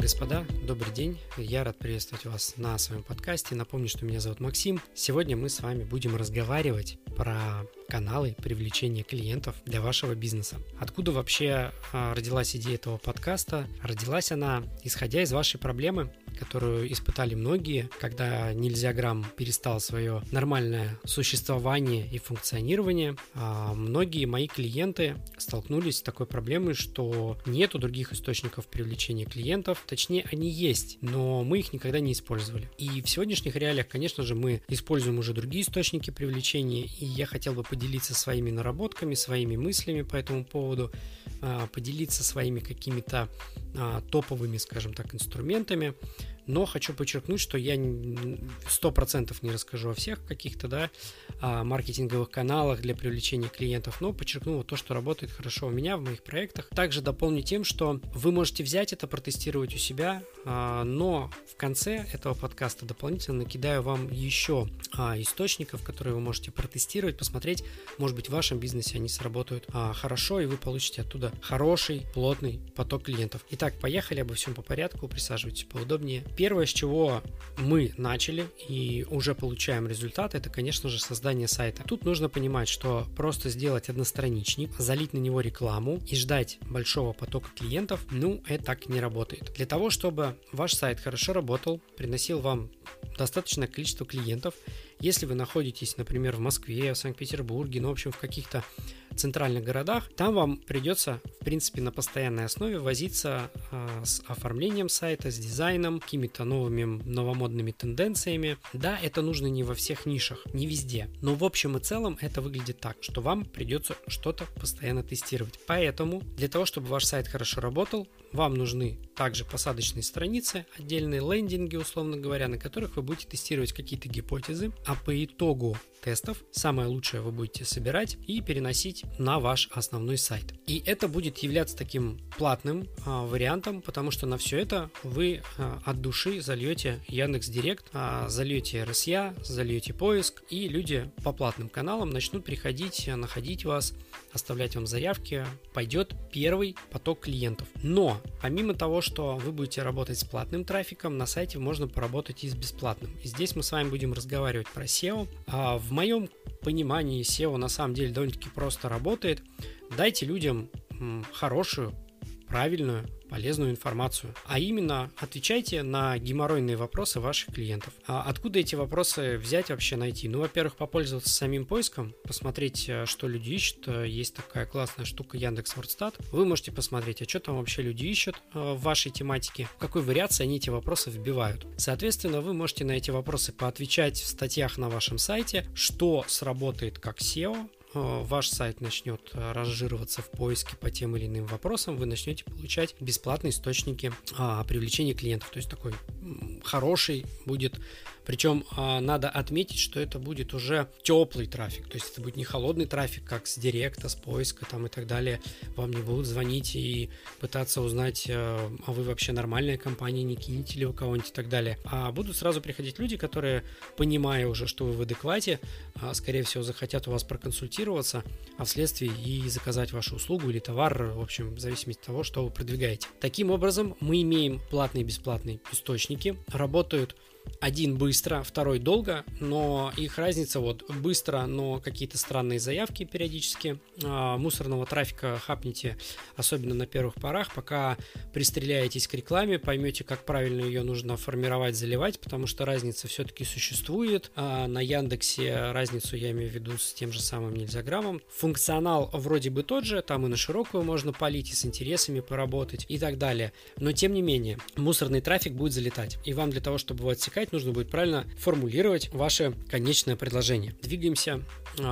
Господа, добрый день. Я рад приветствовать вас на своем подкасте. Напомню, что меня зовут Максим. Сегодня мы с вами будем разговаривать про каналы привлечения клиентов для вашего бизнеса. Откуда вообще родилась идея этого подкаста? Родилась она, исходя из вашей проблемы, которую испытали многие, когда Нельзяграм перестал свое нормальное существование и функционирование. Многие мои клиенты столкнулись с такой проблемой, что нету других источников привлечения клиентов. Точнее, они есть, но мы их никогда не использовали. И в сегодняшних реалиях, конечно же, мы используем уже другие источники привлечения, и я хотел бы поделиться своими наработками, своими мыслями по этому поводу, поделиться своими какими-то топовыми, скажем так, инструментами. Но хочу подчеркнуть, что я 100% не расскажу о всех каких-то маркетинговых каналах для привлечения клиентов, но подчеркну то, что работает хорошо у меня в моих проектах. Также дополню тем, что вы можете взять это, протестировать у себя, но в конце этого подкаста дополнительно накидаю вам еще источников, которые вы можете протестировать, посмотреть, может быть, в вашем бизнесе они сработают хорошо, и вы получите оттуда хороший, плотный поток клиентов. Итак, поехали, обо всем по порядку, присаживайтесь поудобнее. Первое, с чего мы начали и уже получаем результат, это, конечно же, создание сайта. Тут нужно понимать, что просто сделать одностраничник, залить на него рекламу и ждать большого потока клиентов, это так не работает. Для того, чтобы ваш сайт хорошо работал, приносил вам достаточное количество клиентов, если вы находитесь, например, в Москве, в Санкт-Петербурге, в общем, в каких-то центральных городах, там вам придется, в принципе, на постоянной основе возиться с оформлением сайта, с дизайном, какими-то новомодными тенденциями. Да, это нужно не во всех нишах, не везде, но в общем и целом это выглядит так, что вам придется что-то постоянно тестировать. Поэтому для того, чтобы ваш сайт хорошо работал, вам нужны также посадочные страницы, отдельные лендинги, условно говоря, на которых вы будете тестировать какие-то гипотезы, а по итогу тестов самое лучшее вы будете собирать и переносить на ваш основной сайт. И это будет являться таким платным вариантом, потому что на все это вы от души зальете Яндекс.Директ, зальете RSA, зальете поиск, и люди по платным каналам начнут приходить, находить вас, оставлять вам заявки, пойдет первый поток клиентов. Но помимо того, что вы будете работать с платным трафиком, на сайте можно поработать и с бесплатным. И здесь мы с вами будем разговаривать про SEO. В моем понимании SEO на самом деле довольно-таки просто работает. Дайте людям хорошую, правильную, полезную информацию. А именно, отвечайте на геморройные вопросы ваших клиентов. А откуда эти вопросы взять, вообще найти? Во-первых, попользоваться самим поиском, посмотреть, что люди ищут. Есть такая классная штука Яндекс.Вордстат. Вы можете посмотреть, что там вообще люди ищут в вашей тематике, в какой вариации они эти вопросы вбивают. Соответственно, вы можете на эти вопросы поотвечать в статьях на вашем сайте, что сработает как SEO. Ваш сайт начнет разжироваться в поиске по тем или иным вопросам, вы начнете получать бесплатные источники привлечения клиентов. То есть такой хороший будет. Причем надо отметить, что это будет уже теплый трафик, то есть это будет не холодный трафик, как с директа, с поиска и так далее. Вам не будут звонить и пытаться узнать, а вы вообще нормальная компания, не кинете ли вы кого-нибудь и так далее. А будут сразу приходить люди, которые, понимая уже, что вы в адеквате, скорее всего, захотят у вас проконсультироваться, а вследствие и заказать вашу услугу или товар, в общем, в зависимости от того, что вы продвигаете. Таким образом, мы имеем платные и бесплатные источники, работают один быстро, второй долго, но их разница быстро, но какие-то странные заявки периодически. Мусорного трафика хапните, особенно на первых порах, пока пристреляетесь к рекламе, поймете, как правильно ее нужно формировать, заливать, потому что разница все-таки существует. На Яндексе разницу я имею в виду с тем же самым Нельзяграмом. Функционал вроде бы тот же, там и на широкую можно палить, и с интересами поработать и так далее. Но тем не менее, мусорный трафик будет залетать. И вам для того, чтобы его отсекать, нужно будет правильно формулировать ваше конечное предложение. Двигаемся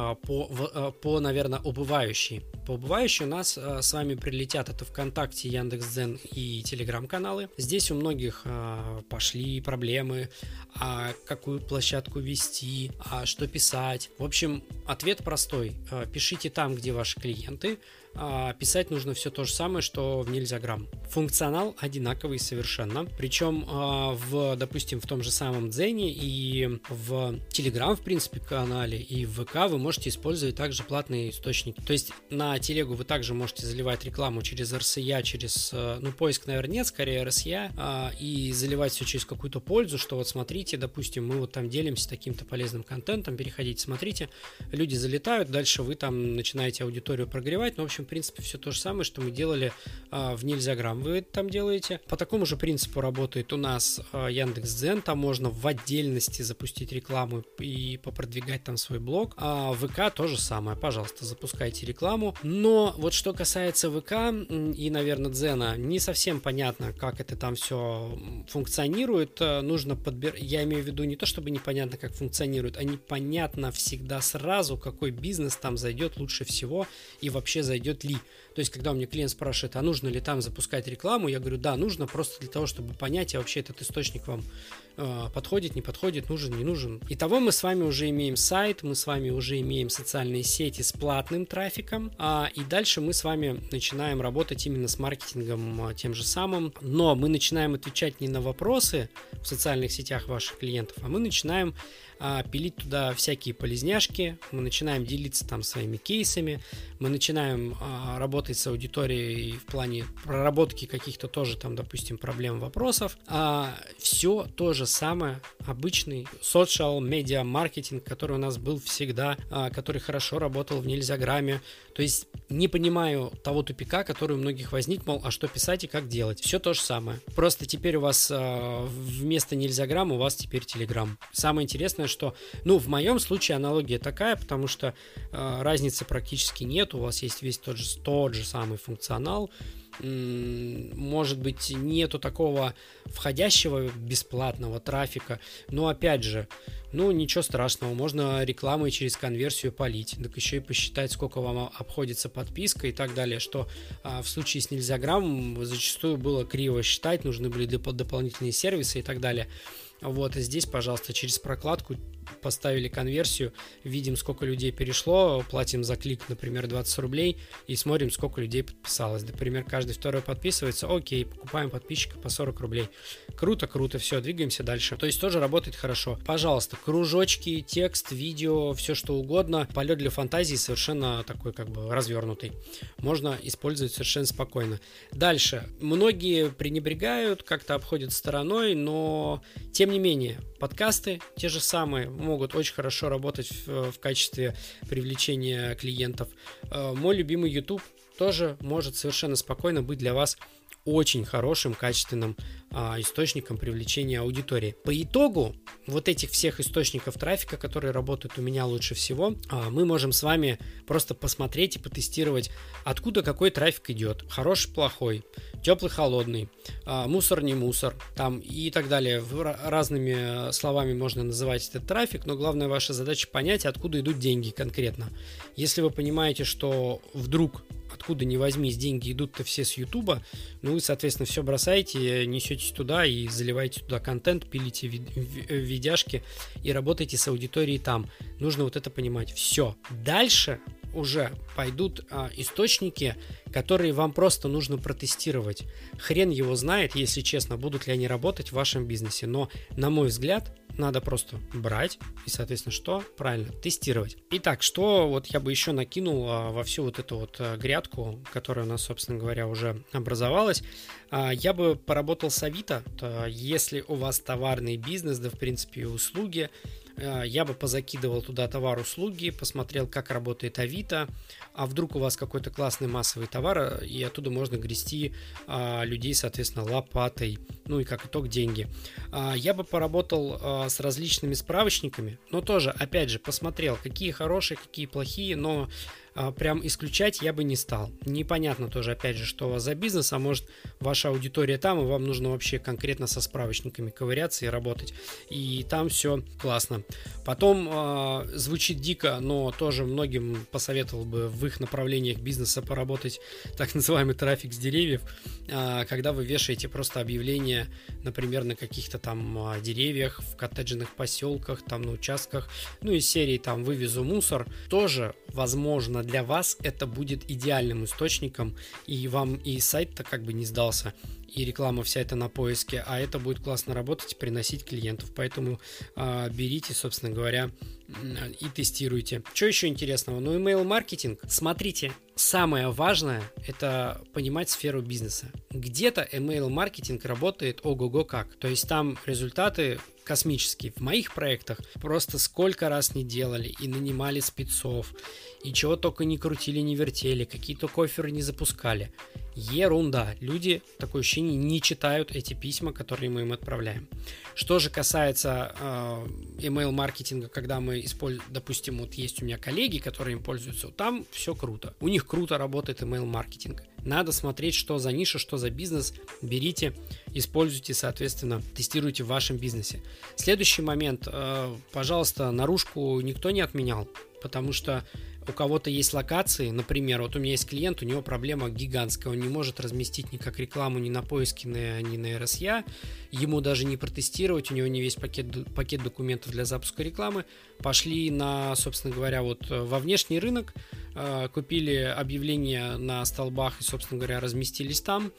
по, наверное, убывающей. По убывающей у нас с вами прилетят это ВКонтакте, Яндекс.Дзен и Телеграм-каналы. Здесь у многих пошли проблемы, какую площадку вести, что писать. В общем, ответ простой. Пишите там, где ваши клиенты, писать нужно все то же самое, что в Нельзяграм. Функционал одинаковый совершенно. Причем, допустим, в том же самом Дзене и в Telegram, в принципе, канале, и в ВК вы можете использовать также платные источники. То есть на телегу вы также можете заливать рекламу через RSA, через, поиск, наверное, нет, скорее RSA, и заливать все через какую-то пользу, что вот смотрите, допустим, мы вот там делимся таким-то полезным контентом, переходите, смотрите, люди залетают, дальше вы там начинаете аудиторию прогревать, в общем, в принципе, все то же самое, что мы делали в Нельзяграм. Вы там делаете. По такому же принципу работает у нас Яндекс.Дзен. Там можно в отдельности запустить рекламу и попродвигать там свой блог. А ВК то же самое. Пожалуйста, запускайте рекламу. Но вот что касается ВК и, наверное, Дзена, не совсем понятно, как это там все функционирует. Нужно подбирать. Я имею в виду не то, чтобы непонятно, как функционирует, а непонятно всегда сразу, какой бизнес там зайдет лучше всего и вообще зайдет ли. То есть, когда у меня клиент спрашивает, а нужно ли там запускать рекламу, я говорю, да, нужно, просто для того, чтобы понять, а вообще этот источник вам подходит, не подходит, нужен, не нужен. Итого мы с вами уже имеем сайт, мы с вами уже имеем социальные сети с платным трафиком, и дальше мы с вами начинаем работать именно с маркетингом тем же самым, но мы начинаем отвечать не на вопросы в социальных сетях ваших клиентов, а мы начинаем пилить туда всякие полезняшки, мы начинаем делиться там своими кейсами, мы начинаем работать с аудиторией в плане проработки каких-то тоже там, допустим, проблем, вопросов. Все то же самое, обычный social media маркетинг, который у нас был всегда, который хорошо работал в Нельзяграме. То есть не понимаю того тупика, который у многих возник, мол, а что писать и как делать. Все то же самое. Просто теперь у вас вместо Нельзяграма у вас теперь Telegram. Самое интересное, что, в моем случае аналогия такая, потому что разницы практически нет. У вас есть весь тот же самый функционал. Может быть, нету такого входящего бесплатного трафика, но опять же, ничего страшного, можно рекламой через конверсию полить, так еще и посчитать, сколько вам обходится подписка и так далее, что в случае с Нельзяграммом зачастую было криво считать, нужны были дополнительные сервисы и так далее. Вот, и здесь, пожалуйста, через прокладку поставили конверсию, видим, сколько людей перешло, платим за клик, например, 20 рублей и смотрим, сколько людей подписалось. Например, каждый второй подписывается, окей, покупаем подписчика по 40 рублей. Круто, все, двигаемся дальше. То есть тоже работает хорошо. Пожалуйста, кружочки, текст, видео, все что угодно. Полет для фантазии совершенно такой развернутый. Можно использовать совершенно спокойно. Дальше. Многие пренебрегают, как-то обходят стороной, но тем не менее, подкасты те же самые могут очень хорошо работать в качестве привлечения клиентов. Мой любимый YouTube тоже может совершенно спокойно быть для вас очень хорошим, качественным источником привлечения аудитории. По итогу вот этих всех источников трафика, которые работают у меня лучше всего, мы можем с вами просто посмотреть и потестировать, откуда какой трафик идет. Хороший, плохой, теплый, холодный, мусор, не мусор, там и так далее. Разными словами можно называть этот трафик, но главная ваша задача понять, откуда идут деньги конкретно. Если вы понимаете, что вдруг откуда ни возьмись, деньги идут-то все с Ютуба, вы, соответственно, все бросаете, несетесь туда и заливаете туда контент, пилите видяшки и работаете с аудиторией там. Нужно вот это понимать. Все. Дальше уже пойдут источники, которые вам просто нужно протестировать. Хрен его знает, если честно, будут ли они работать в вашем бизнесе. Но, на мой взгляд, надо просто брать и, соответственно, что? Правильно, тестировать. Итак, что вот я бы еще накинул во всю вот эту вот грядку, которая у нас, собственно говоря, уже образовалась. Я бы поработал с Авито. Если у вас товарный бизнес, да, в принципе, и услуги, я бы позакидывал туда товар-услуги, посмотрел, как работает Авито, а вдруг у вас какой-то классный массовый товар, и оттуда можно грести людей, соответственно, лопатой, и как итог деньги. Я бы поработал с различными справочниками, но тоже, опять же, посмотрел, какие хорошие, какие плохие, но прям исключать я бы не стал. Непонятно тоже, опять же, что у вас за бизнес, а может ваша аудитория там, и вам нужно вообще конкретно со справочниками ковыряться и работать. И там все классно. Потом звучит дико, но тоже многим посоветовал бы в их направлениях бизнеса поработать так называемый трафик с деревьев, когда вы вешаете просто объявления, например, на каких-то там деревьях, в коттеджных поселках, там на участках, из серии там «Вывезу мусор». Тоже, возможно, соответственно, для вас это будет идеальным источником, и вам и сайт-то как бы не сдался, и реклама вся это на поиске, а это будет классно работать и приносить клиентов. Поэтому берите, собственно говоря, и тестируйте. Что еще интересного? Ну, email-маркетинг. Смотрите, самое важное – это понимать сферу бизнеса. Где-то email-маркетинг работает ого-го как. То есть там результаты космические. В моих проектах просто сколько раз не делали и нанимали спецов, и чего только не крутили, не вертели, какие только офферы не запускали. Ерунда. Люди, такое ощущение, не читают эти письма, которые мы им отправляем. Что же касается email-маркетинга, когда мы используем, допустим, вот есть у меня коллеги, которые им пользуются, там все круто. У них круто работает email-маркетинг. Надо смотреть, что за ниша, что за бизнес. Берите, используйте, соответственно, тестируйте в вашем бизнесе. Следующий момент. Пожалуйста, наружку никто не отменял, потому что у кого-то есть локации, например, вот у меня есть клиент, у него проблема гигантская, он не может разместить никак рекламу ни на поиске, ни на RSA, ему даже не протестировать, у него не весь пакет документов для запуска рекламы. Пошли на, собственно говоря, вот во внешний рынок, купили объявления на столбах и, собственно говоря, разместились там.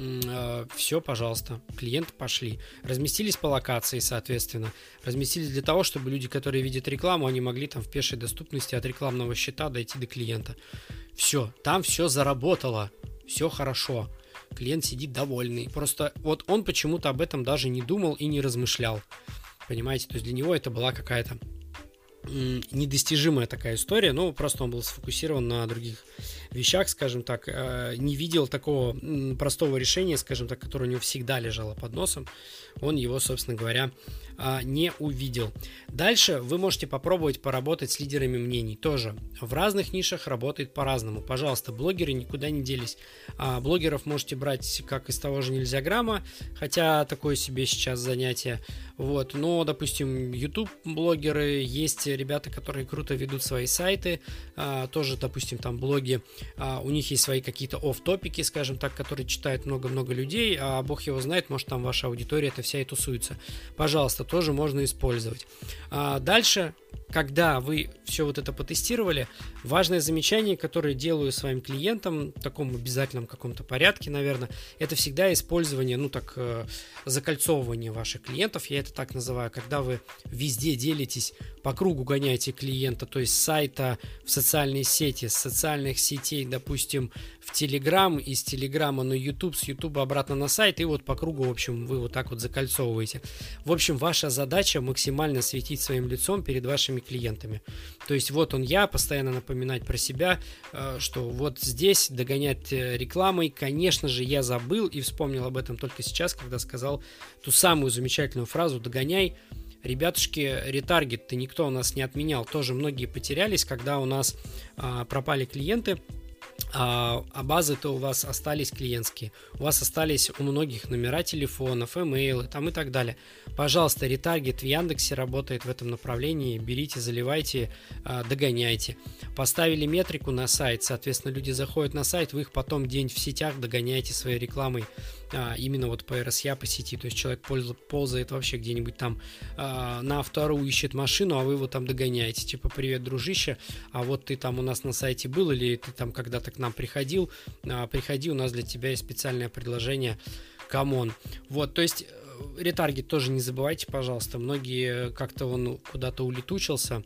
Все, пожалуйста, клиенты пошли. Разместились по локации, соответственно. Разместились для того, чтобы люди, которые видят рекламу, они могли там в пешей доступности от рекламного счета дойти до клиента. Все, там все заработало, все хорошо. Клиент сидит довольный. Просто вот он почему-то об этом даже не думал и не размышлял. Понимаете, то есть для него это была какая-то недостижимая такая история, но просто он был сфокусирован на других вещах, скажем так, не видел такого простого решения, скажем так, которое у него всегда лежало под носом, он его, собственно говоря, не увидел. Дальше вы можете попробовать поработать с лидерами мнений. Тоже в разных нишах работает по-разному. Пожалуйста, блогеры никуда не делись. Блогеров можете брать как из того же Нельзяграмма, хотя такое себе сейчас занятие. Вот. Но, допустим, YouTube-блогеры, есть ребята, которые круто ведут свои сайты, тоже, допустим, там блоги, у них есть свои какие-то офф-топики, скажем так, которые читают много-много людей, а бог его знает, может там ваша аудитория это вся и тусуется. Пожалуйста, тоже можно использовать. Дальше, когда вы все вот это потестировали, важное замечание, которое делаю своим клиентам в таком обязательном каком-то порядке, наверное, это всегда использование, закольцовывание ваших клиентов, я это так называю, когда вы везде делитесь, по кругу гоняете клиента, то есть с сайта в социальные сети, с социальных сетей, допустим, в Telegram, из Телеграма на YouTube, с YouTube обратно на сайт, и вот по кругу, в общем, вы вот так вот закольцовываете. В общем, ваша задача максимально светить своим лицом перед вашими клиентами. То есть вот я, постоянно напоминать про себя, что вот здесь догонять рекламой, конечно же, я забыл и вспомнил об этом только сейчас, когда сказал ту самую замечательную фразу «догоняй». Ребятушки, ретаргет-то никто у нас не отменял, тоже многие потерялись, когда у нас пропали клиенты, а базы-то у вас остались клиентские, у вас остались у многих номера телефонов, имейлы там и так далее. Пожалуйста, ретаргет в Яндексе работает в этом направлении, берите, заливайте, догоняйте. Поставили метрику на сайт, соответственно, люди заходят на сайт, вы их потом день в сетях догоняете своей рекламой, именно вот по RSA, по сети, то есть человек ползает вообще где-нибудь там на автору ищет машину, а вы его там догоняете, типа привет, дружище, а вот ты там у нас на сайте был или ты там когда-то к нам приходил, приходи, у нас для тебя есть специальное предложение, камон. Вот, то есть ретаргет тоже не забывайте, пожалуйста, многие как-то он куда-то улетучился,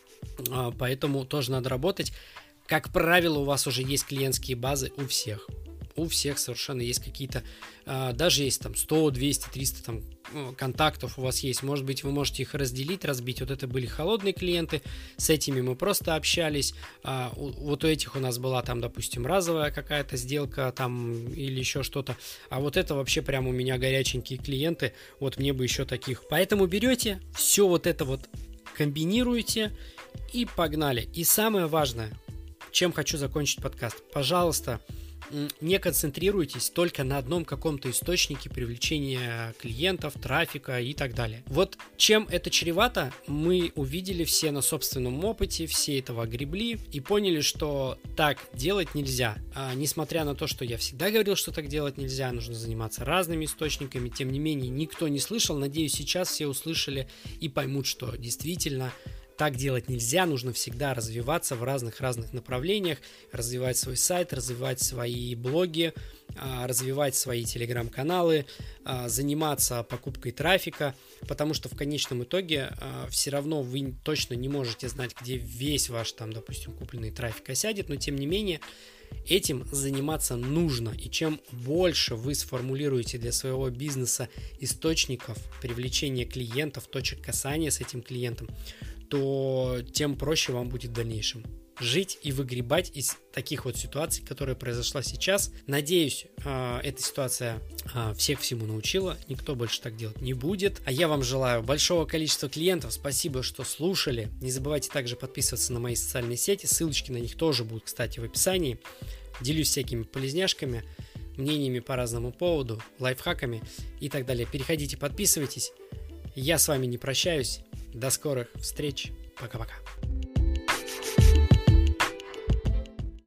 поэтому тоже надо работать. Как правило, у вас уже есть клиентские базы у всех. У всех совершенно есть какие-то, даже есть там 100, 200, 300 там контактов у вас есть. Может быть, вы можете их разделить, разбить. Вот это были холодные клиенты, с этими мы просто общались. Вот у этих у нас была там, допустим, разовая какая-то сделка там или еще что-то. А вот это вообще прям у меня горяченькие клиенты. Вот мне бы еще таких. Поэтому берете, все вот это вот комбинируете и погнали. И самое важное, чем хочу закончить подкаст. Пожалуйста, не концентрируйтесь только на одном каком-то источнике привлечения клиентов, трафика и так далее. Вот чем это чревато, мы увидели все на собственном опыте, все этого огребли и поняли, что так делать нельзя. Несмотря на то, что я всегда говорил, что так делать нельзя, нужно заниматься разными источниками, тем не менее никто не слышал. Надеюсь, сейчас все услышали и поймут, что действительно Так делать нельзя, нужно всегда развиваться в разных направлениях, развивать свой сайт, развивать свои блоги, развивать свои телеграм-каналы, заниматься покупкой трафика, потому что в конечном итоге все равно вы точно не можете знать, где весь ваш там, допустим, купленный трафик осядет, но тем не менее этим заниматься нужно, и чем больше вы сформулируете для своего бизнеса источников привлечения клиентов, точек касания с этим клиентом, то тем проще вам будет в дальнейшем жить и выгребать из таких вот ситуаций, которая произошла сейчас. Надеюсь, эта ситуация всех всему научила, никто больше так делать не будет. А я вам желаю большого количества клиентов, спасибо, что слушали. Не забывайте также подписываться на мои социальные сети, ссылочки на них тоже будут, кстати, в описании. Делюсь всякими полезняшками, мнениями по разному поводу, лайфхаками и так далее. Переходите, подписывайтесь. Я с вами не прощаюсь. До скорых встреч. Пока-пока.